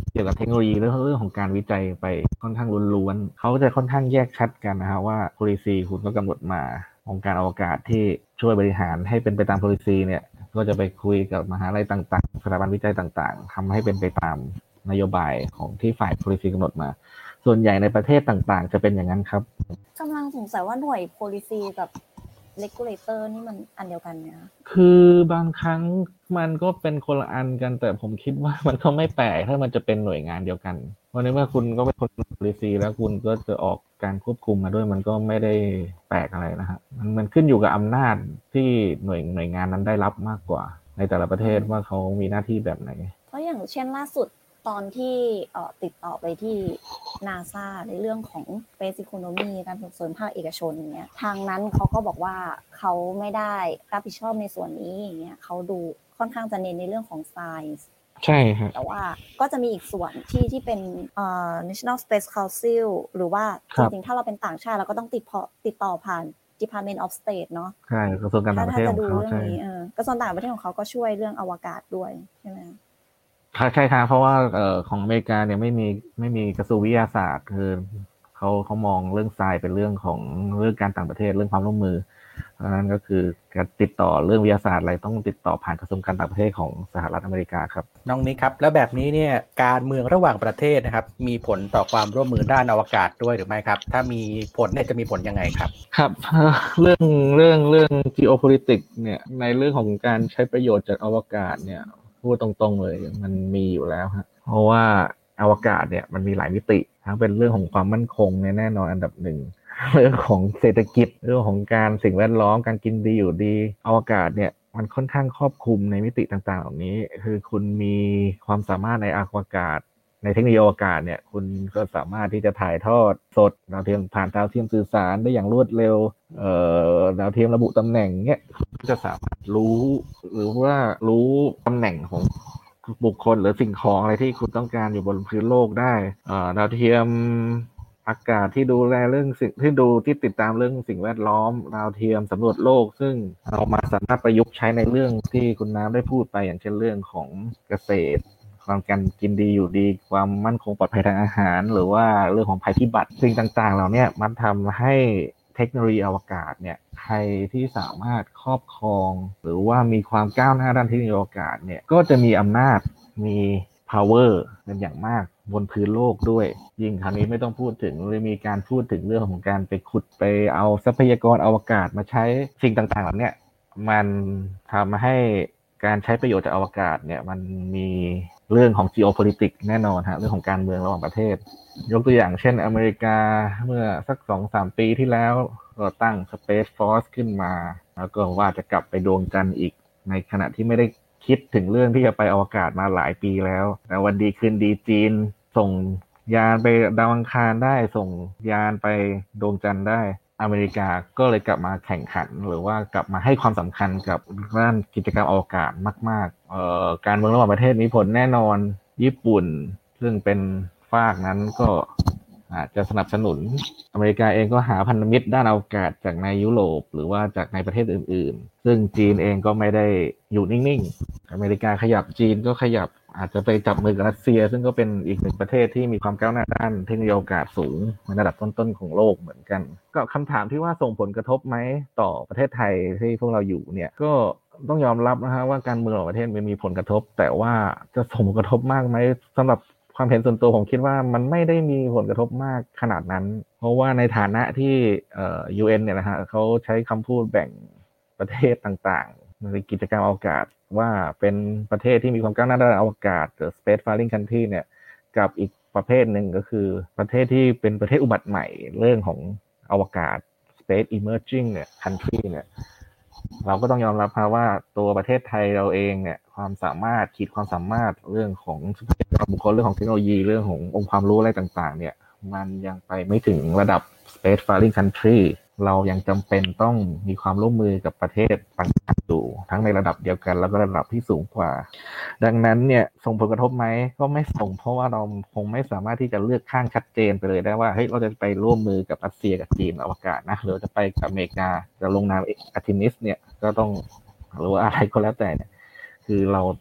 เกี่ยวกับเทคโนโลยีเรื่องเรื่องของการวิจัยไปค่อนข้างล้วนๆเขาจะค่อนข้างแยกชัดกันนะฮะว่า policy คุณก็กำหนดมาองค์การอวกาศที่ช่วยบริหารให้เป็นไปตาม policy เนี่ยก็จะไปคุยกับมหาลัยต่างๆสถาบันวิจัยต่างๆทำให้เป็นไปตามนโยบายของที่ฝ่าย policy กำหนดมาส่วนใหญ่ในประเทศต่างๆจะเป็นอย่างนั้นครับกำลังสงสัยว่าหน่วย policy กับ regulator นี่มันอันเดียวกันไหมคะคือบางครั้งมันก็เป็นคนละอันกันแต่ผมคิดว่ามันก็ไม่แปลกถ้ามันจะเป็นหน่วยงานเดียวกันเพราะในเมื่อคุณก็เป็นคน policy แล้วคุณก็จะออกการควบคุมมาด้วยมันก็ไม่ได้แปลกอะไรนะฮะมันมันขึ้นอยู่กับอำนาจที่หน่วยหน่วยงานนั้นได้รับมากกว่าในแต่ละประเทศว่าเขามีหน้าที่แบบไหนเพราะอย่างเช่นล่าสุดตอนที่เอ่อติดต่อไปที่ NASA ในเรื่องของ Space Economy การส่งเสริมภาคเอกชนอย่างเงี้ยทางนั้นเขาก็บอกว่าเขาไม่ได้รับผิดชอบในส่วนนี้อย่างเงี้ยเขาดูค่อนข้างจะเน้นในเรื่องของ Science ใช่ครับแต่ว่าก็จะมีอีกส่วนที่ที่เป็นเอ่อ National Space Council หรือว่าจริงๆถ้าเราเป็นต่างชาติเราก็ต้องติดติดต่อผ่าน Department of State เนาะใช่กระทรวงการต่างประเทศของเขาใช่เออกระทรวงต่างประเทศของเขาก็ช่วยเรื่องอวกาศด้วยใช่ไหมใช่ครับเพราะว่าเอ่อของอเมริกาเนี่ยไม่มีไม่มีกระทรวงวิทยาศาสตร์คือเขาเขามองเรื่องทรายเป็นเรื่องของเรื่องการต่างประเทศเรื่องความร่วมมือเพราะฉะนั้นก็คือการติดต่อเรื่องวิทยาศาสตร์อะไรต้องติดต่อผ่านกระทรวงการต่างประเทศของสหรัฐอเมริกาครับน้องนิกครับแล้วแบบนี้เนี่ยการเมืองระหว่างประเทศนะครับมีผลต่อความร่วมมือด้านอวกาศด้วยหรือไม่ครับถ้ามีผลเนี่ยจะมีผลยังไงครับครับเรื่องเรื่องเรื่อง geopolitics เนี่ยในเรื่องของการใช้ประโยชน์จากอวกาศเนี่ยพูดตรงๆเลยมันมีอยู่แล้วฮะเพราะว่าอวกาศเนี่ยมันมีหลายมิติทั้งเป็นเรื่องของความมั่นคงเนี่ยแน่นอนอันดับหนึ่งเรื่องของเศรษฐกิจเรื่องของการสิ่งแวดล้อมการกินดีอยู่ดีอวกาศเนี่ยมันค่อนข้างครอบคลุมในมิติต่างๆเหล่านี้คือคุณมีความสามารถในอวกาศในเทคโนโลยีอวกาศเนี่ยคุณก็สามารถที่จะถ่ายทอดสดดาวเทียมผ่านดาวเทียมสื่อสารได้อย่างรวดเร็วเอ่อดาวเทียมระบุตำแหน่งเนี่ยจะสามารถรู้หรือว่ารู้ตำแหน่งของบุคคลหรือสิ่งของอะไรที่คุณต้องการอยู่บนพื้นโลกได้เอ่อดาวเทียมอากาศที่ดูแลเรื่องสิ่งที่ดูที่ติดตามเรื่องสิ่งแวดล้อมดาวเทียมสำรวจโลกซึ่งเอามาสามารถประยุกต์ใช้ในเรื่องที่คุณน้ำได้พูดไปอย่างเช่นเรื่องของเกษตรความการกินดีอยู่ดีความมั่นคงปลอดภัยทางอาหารหรือว่าเรื่องของภัยพิบัติสิ่งต่างๆเหล่านี้มันทำให้เทคโนโลยีอวกาศเนี่ยใครที่สามารถครอบครองหรือว่ามีความก้าวหน้าด้านเทคโนโลยีอวกาศเนี่ยก็จะมีอำนาจมี power เป็นอย่างมากบนพื้นโลกด้วยยิ่งคราวนี้ไม่ต้องพูดถึงเลยมีการพูดถึงเรื่องของการไปขุดไปเอาทรัพยากรอวกาศมาใช้สิ่งต่างๆเหล่านี้มันทำให้การใช้ประโยชน์จากอวกาศเนี่ยมันมีเรื่องของ geopolitics แน่นอนฮะเรื่องของการเมืองระหว่างประเทศยกตัวอย่างเช่นอเมริกาเมื่อสัก สองถึงสาม ปีที่แล้วก็ตั้ง Space Force ขึ้นมาแล้วก็ว่าจะกลับไปดวงจันทร์อีกในขณะที่ไม่ได้คิดถึงเรื่องที่จะไปอวกาศมาหลายปีแล้วแต่วันดีคืนดีจีนส่งยานไปดาวอังคารได้ส่งยานไปดวงจันทร์ได้อเมริกาก็เลยกลับมาแข่งขันหรือว่ากลับมาให้ความสำคัญกับด้านกิจกรรมอวกาศมากๆเอ่อการเมืองระหว่างประเทศมีผลแน่นอนญี่ปุ่นซึ่งเป็นฝากนั้นก็อาจจะสนับสนุนอเมริกาเองก็หาพันธมิตรด้านอวกาศจากในยุโรปหรือว่าจากในประเทศอื่นๆซึ่งจีนเองก็ไม่ได้อยู่นิ่งๆอเมริกาขยับจีนก็ขยับอาจจะไปจับมือกับรัสเซียซึ่งก็เป็นอีกหนึ่งประเทศที่มีความก้าวหน้าด้านเทคโนโลยีอวกาศสูงในระดับต้นๆของโลกเหมือนกันก็คำถามที่ว่าส่งผลกระทบไหมต่อประเทศไทยที่พวกเราอยู่เนี่ยก็ต้องยอมรับนะฮะว่าการเมืองของประเทศมันมีผลกระทบแต่ว่าจะส่งผลกระทบมากไหมสำหรับความเห็นส่วนตัวผมคิดว่ามันไม่ได้มีผลกระทบมากขนาดนั้นเพราะว่าในฐานะที่เอ่อ ยู เอ็น เนี่ยนะฮะเขาใช้คำพูดแบ่งประเทศต่างๆในกิจกรรมอวกาศว่าเป็นประเทศที่มีความก้าวหน้าด้านอวกาศหรือ Space Faring Country เนี่ยกับอีกประเภทหนึ่งก็คือประเทศที่เป็นประเทศอุบัติใหม่เรื่องของอวกาศ Space Emerging เนี่ย Country เนี่ยเราก็ต้องยอมรับนะว่าตัวประเทศไทยเราเองเนี่ยความสามารถขีดความสามารถเรื่องของทรัพยากรบุคคลเรื่องของเทคโนโลยีเรื่องขององค์ความรู้อะไรต่างๆเนี่ยมันยังไปไม่ถึงระดับ Space Faring Country เรายังจำเป็นต้องมีความร่วมมือกับประเทศต่างๆอยู่ทั้งในระดับเดียวกันแล้วก็ระดับที่สูงกว่าดังนั้นเนี่ยส่งผลกระทบไหมก็ไม่ส่งเพราะว่าเราคงไม่สามารถที่จะเลือกข้างชัดเจนไปเลยได้ว่าเฮ้ยเราจะไปร่วมมือกับรัสเซียกับจีนอวกาศนะหรือจะไปกับอเมริกาจะลงนามอาร์ทิมิสเนี่ยก็ต้องหรือว่าอะไรก็แล้วแต่เนี่ยคือเราต้อง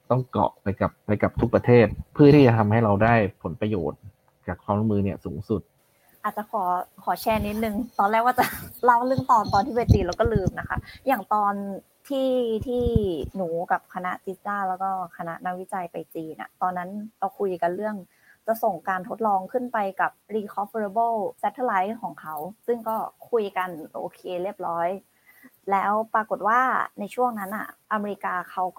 ต้องเกาะไปกับไปกับทุกประเทศเพื่อที่จะทำให้เราได้ผลประโยชน์จากความร่วมมือเนี่ยสูงสุดอาจจะขอขอแชร์นิดนึงตอนแรกว่าจะเล่าเรื่องตอนตอนที่ไปจีนแล้วก็ลืมนะคะอย่างตอนที่ที่หนูกับคณะจิซ่าแล้วก็คณะนักวิจัยไปจีนน่ะตอนนั้นเราคุยกันเรื่องจะส่งการทดลองขึ้นไปกับ recoverable satellite ของเขาซึ่งก็คุยกันโอเคเรียบร้อยแล้วปรากฏว่าในช่วงนั้นอ่ะอเมริกาเขาก็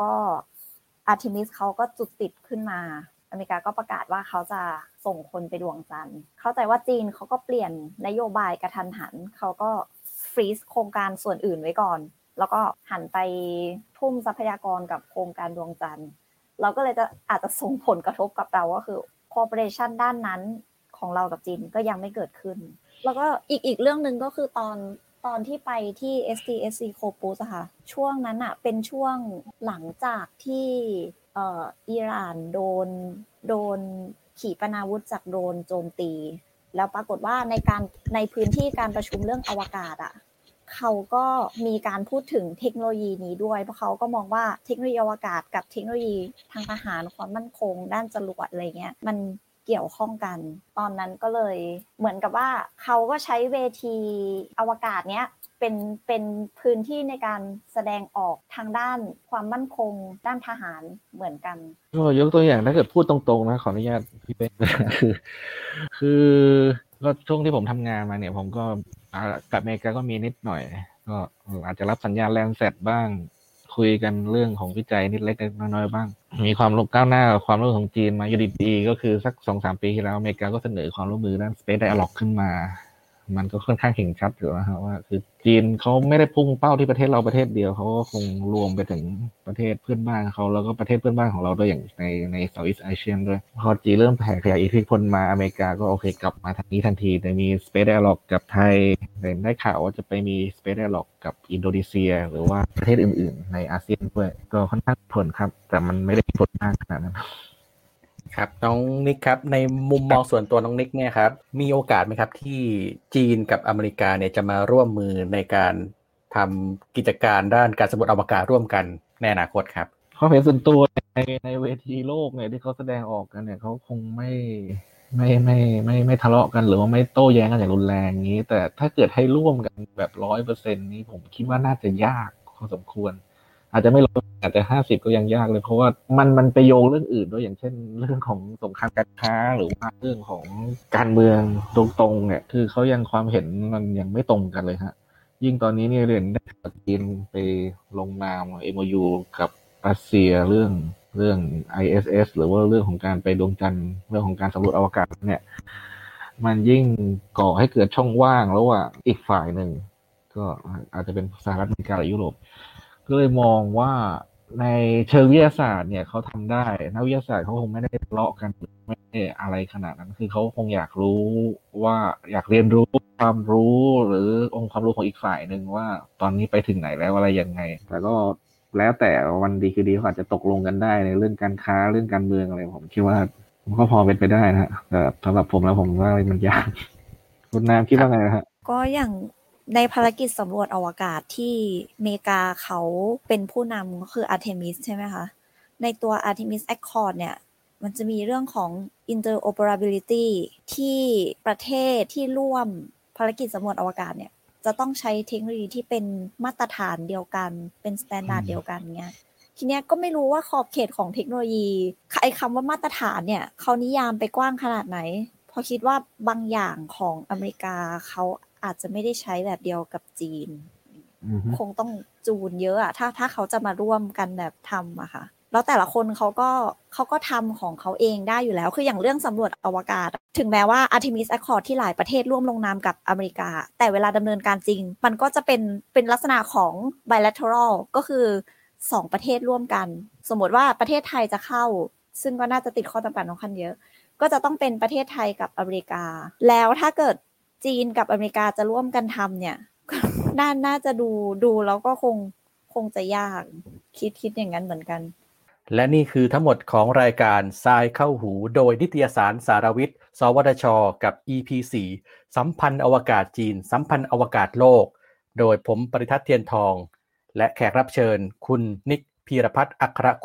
Artemis เขาก็จุดติดขึ้นมาอเมริกาก็ประกาศว่าเขาจะส่งคนไปดวงจันทร์เข้าใจว่าจีนเขาก็เปลี่ยนนโยบายกระทันหันเขาก็ฟรีซโครงการส่วนอื่นไว้ก่อนแล้วก็หันไปทุ่มทรัพยากรกับโครงการดวงจันทร์เราก็เลยจะอาจจะส่งผลกระทบกับเราก็คือคอร์ปอเรชั่นด้านนั้นของเรากับจีนก็ยังไม่เกิดขึ้นแล้วก็อีกอีกเรื่องนึงก็คือตอนตอนที่ไปที่ เอส ที เอส ซี Corpus อะค่ะช่วงนั้นอะเป็นช่วงหลังจากที่เอ่ออิหร่านโดนโดนขีปนาวุธจากโดรนโจมตีแล้วปรากฏว่าในการในพื้นที่การประชุมเรื่องอวกาศอะเขาก็มีการพูดถึงเทคโนโลยีนี้ด้วยเพราะเขาก็มองว่าเทคโนโลยีอวกาศกับเทคโนโลยีทางทหารความมั่นคงด้านจรวดอะไรเงี้ยมันเกี่ยวข้องกันตอนนั้นก็เลยเหมือนกับว่าเขาก็ใช้เวทีอวกาศเนี้ยเป็นเป็นพื้นที่ในการแสดงออกทางด้านความมั่นคงด้านทหารเหมือนกันก็ยกตัวอย่างถ้าเกิดพูดตรงๆนะขออนุญาตพี่เป๊กคือคือก็ช่วงที่ผมทำงานมาเนี่ยผมก็กับอเมริกาก็มีนิดหน่อยก็อาจจะรับสัญญาณแลนด์แซดบ้างคุยกันเรื่องของวิจัยนิดเล็กน้อยๆบ้างมีความก้าวหน้าความร่วมมือของจีนมาอยู่ดีๆก็คือสัก สองถึงสาม ปีที่แล้วอเมริกาก็เสนอความร่วมมือด้าน Space Dialogue ขึ้นมามันก็ค่อนข้างเห็นชัดอยู่นะฮะว่าคือจีนเขาไม่ได้พุ่งเป้าที่ประเทศเราประเทศเดียวเขาก็คงรวมไปถึงประเทศเพื่อนบ้านเขาแล้วก็ประเทศเพื่อนบ้านของเราด้วยอย่างในใน Southeast Asian ด้วยพอจีนเริ่มแผ่ขยายอิทธิพลมาอเมริกาก็โอเคกลับมาทางนี้ทันทีแต่มี Space Dialogue กับไทยได้ข่าวว่าจะไปมี Space Dialogue กับอินโดนีเซียหรือว่าประเทศอื่นๆในอาเซียนด้วยก็ค่อนข้างผลครับแต่มันไม่ได้ผลมากขนาดนั้นครับน้องนิกครับในมุมมองส่วนตัวน้องนิกเนี่ยครับมีโอกาสไหมครับที่จีนกับอเมริกาเนี่ยจะมาร่วมมือในการทำกิจการด้านการสำรวจอวกาศร่วมกันในอนาคตครับความเห็นส่วนตัวในในเวทีโลกเนี่ยที่เขาแสดงออกกันเนี่ยเขาคงไม่ไม่ไม่ไม่ไม่ทะเลาะกันหรือว่าไม่โต้แย้งกันอย่างรุนแรงนี้แต่ถ้าเกิดให้ร่วมกันแบบ ร้อยเปอร์เซ็นต์ นี้ผมคิดว่าน่าจะยากพอสมควรอาจจะไม่ร้อยอาจจะห้าสิบก็ยังยากเลยเพราะว่ามันมันไปโยงเรื่องอื่นด้วยอย่างเช่นเรื่องของสงครามการค้าหรือว่าเรื่องของการเมืองตรงๆเนี่ยคือเขายังความเห็นมันยังไม่ตรงกันเลยฮะยิ่งตอนนี้เนี่ยเรื่องได้จีนไปลงนาม เอ็ม โอ ยู กับรัสเซียเรื่องเรื่อง ไอ เอส เอส หรือว่าเรื่องของการไปดวงจันทร์เรื่องของการสำรวจอวกาศเนี่ยมันยิ่งก่อให้เกิดช่องว่างระหว่างอีกฝ่ายหนึ่งก็อาจจะเป็นสหรัฐอเมริกาหรือยุโรปก็เลยมองว่าในเชิงวิทยาศาสตร์เนี่ยเขาทำได้นักวิทยาศาสตร์เขาคงไม่ได้ทะเลาะกันไม่ได้อะไรขนาดนั้นคือเขาคงอยากรู้ว่าอยากเรียนรู้ความรู้หรือองค์ความรู้ของอีกฝ่ายหนึ่งว่าตอนนี้ไปถึงไหนแล้วอะไรยังไงแต่ก็แล้วแต่วันดีคือดีเขาอาจจะตกลงกันได้ในเรื่องการค้าเรื่องการเมืองอะไรผมคิดว่าผมก็พอเป็นไปได้นะฮะแต่สำหรับผมแล้วผมว่ามันยากคุณน้ำคิดว่าไงฮะก็อย่างในภารกิจสำรวจอวกาศที่อเมริกาเขาเป็นผู้นำก็คือ Artemis ใช่ไหมคะในตัว Artemis Accord เนี่ยมันจะมีเรื่องของ interoperability ที่ประเทศที่ร่วมภารกิจสำรวจอวกาศเนี่ยจะต้องใช้เทคโนโลยีที่เป็นมาตรฐานเดียวกันเป็นสแตนดาร์ดเดียวกันเงี้ยทีเนี้ยก็ไม่รู้ว่าขอบเขตของเทคโนโลยีไอ้คำว่ามาตรฐานเนี่ยเขานิยามไปกว้างขนาดไหนพอคิดว่าบางอย่างของอเมริกาเขาอาจจะไม่ได้ใช้แบบเดียวกับจีน mm-hmm. คงต้องจูนเยอะอะถ้าถ้าเขาจะมาร่วมกันแบบทำอะค่ะแล้วแต่ละคนเขาก็เขาก็ทำของเขาเองได้อยู่แล้วคืออย่างเรื่องสำรวจอวกาศถึงแม้ว่า Artemis Accord ที่หลายประเทศร่วมลงนามกับอเมริกาแต่เวลาดำเนินการจริงมันก็จะเป็นเป็นลักษณะของ bilateral ก็คือสองประเทศร่วมกันสมมติว่าประเทศไทยจะเข้าซึ่งก็น่าจะติดข้อจำกัดค่อนข้างเยอะก็จะต้องเป็นประเทศไทยกับอเมริกาแล้วถ้าเกิดจีนกับอเมริกาจะร่วมกันทำเนี่ยน่าน่าจะดูดูแล้วก็คงคงจะยากคิดคิดอย่างนั้นเหมือนกันและนี่คือทั้งหมดของรายการทรายเข้าหูโดยนิตยสารสารวิทย์สวทช.กับ อี พี โฟร์ สัมพันธ์อวกาศจีนสัมพันธ์อวกาศโลกโดยผมปริทัศน์เทียนทองและแขกรับเชิญคุณนิกพีรพัฒน์อัครคุปต์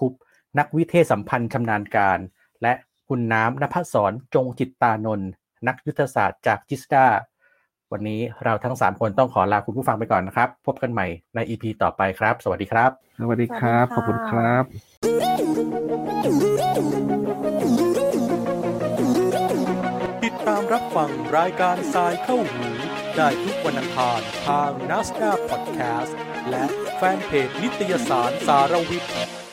นักวิเทศสัมพันธ์ชำนาญการและคุณน้ำณภศรจงจิตตานนท์นักยุทธศาสตร์จากจิสดาวันนี้เราทั้งสามคนต้องขอลาคุณผู้ฟังไปก่อนนะครับพบกันใหม่ใน อี พี ต่อไปครับสวัสดีครับสวัสดีครับขอบคุณครับติดตามรับฟังรายการทรายเข้าหูได้ทุกวันอังคารทาง นัสดา Podcast และแฟนเพจนิตยสารสารวิทย์